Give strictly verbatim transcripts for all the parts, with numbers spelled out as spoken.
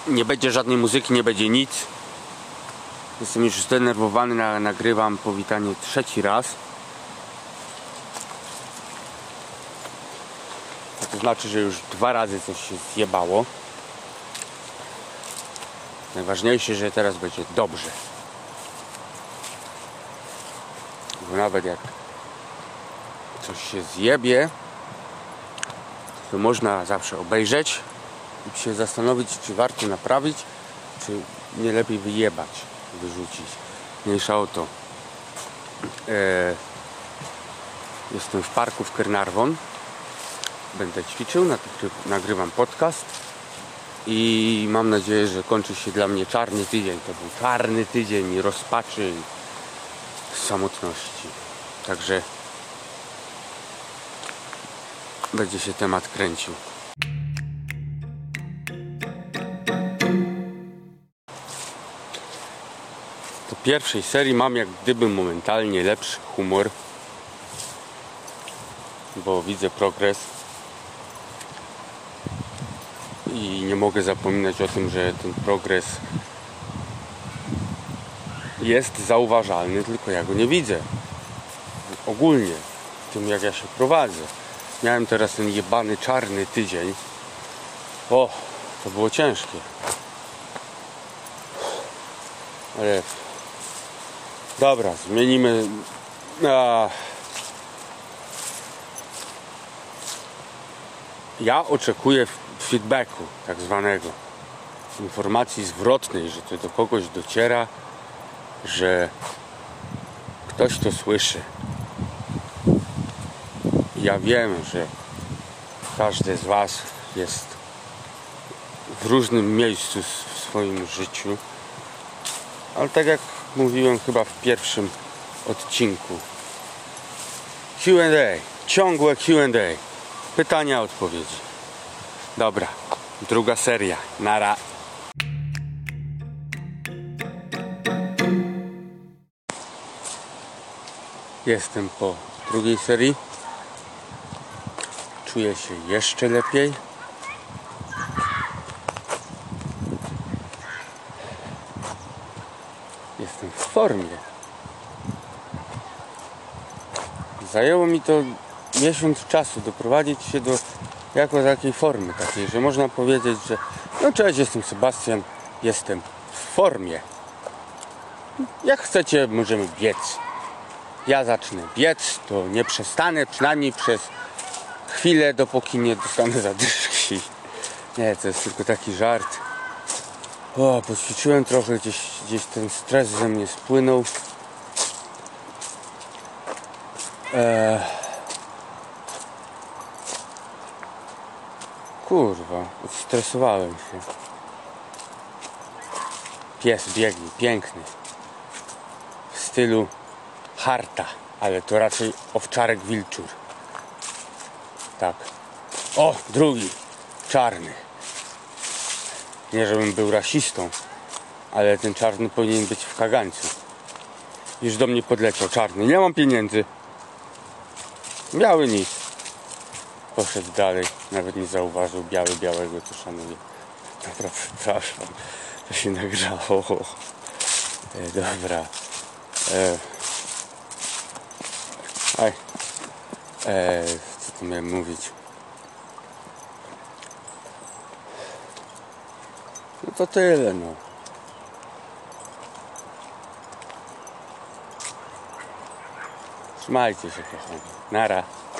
Nie będzie żadnej muzyki, nie będzie nic. Jestem już zdenerwowany, na, nagrywam powitanie trzeci raz. To znaczy, że już dwa razy coś się zjebało. Najważniejsze, że teraz będzie dobrze. Bo nawet jak coś się zjebie, to można zawsze obejrzeć i się zastanowić, czy warto naprawić, czy nie lepiej wyjebać, wyrzucić. Mniejsza o to. Eee, jestem w parku w Caernarfon. Będę ćwiczył, nagrywam podcast i mam nadzieję, że kończy się dla mnie czarny tydzień. To był czarny tydzień rozpaczy i samotności. Także będzie się temat kręcił. Po pierwszej serii mam jak gdyby momentalnie lepszy humor, bo widzę progres i nie mogę zapominać o tym, że ten progres jest zauważalny, tylko ja go nie widzę. Ogólnie, w tym jak ja się prowadzę. Miałem teraz ten jebany czarny tydzień. O, to było ciężkie. Ale dobra, zmienimy. A... Ja oczekuję feedbacku, tak zwanego, informacji zwrotnej, że to do kogoś dociera, że ktoś to słyszy. Ja wiem, że każdy z Was jest w różnym miejscu w swoim życiu, ale tak jak mówiłem chyba w pierwszym odcinku, Q and A, ciągłe Q and A, pytania, odpowiedzi. Dobra, druga seria, nara. Jestem po drugiej serii. Czuję się jeszcze lepiej. Jestem w formie. Zajęło mi to miesiąc czasu doprowadzić się do jako takiej formy, takiej, że można powiedzieć, że no cześć, jestem Sebastian, jestem w formie. Jak chcecie, możemy biec. Ja zacznę biec, to nie przestanę, przynajmniej przez chwilę, dopóki nie dostanę zadyszki. Nie, to jest tylko taki żart. O, poćwiczyłem trochę, gdzieś, gdzieś ten stres ze mnie spłynął. Eee... Kurwa, odstresowałem się. Pies biegnie, piękny. W stylu harta, ale to raczej owczarek wilczur. Tak. O, drugi, czarny. Nie żebym był rasistą, ale ten czarny powinien być w kagańcu. Już do mnie podleciał czarny. Nie mam pieniędzy. Biały nic. Poszedł dalej. Nawet nie zauważył biały białego, to szanuję. Dobra, przepraszam. To się nagrało. E, dobra. E, aj. E, co tu miałem mówić? No to tyle, no. Trzymajcie się, kochani. Nara.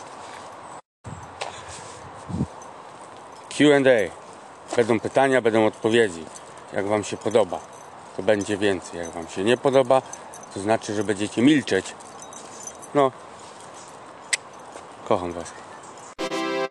Q and A. Będą pytania, będą odpowiedzi. Jak Wam się podoba, to będzie więcej. Jak Wam się nie podoba, to znaczy, że będziecie milczeć. No. Kocham Was.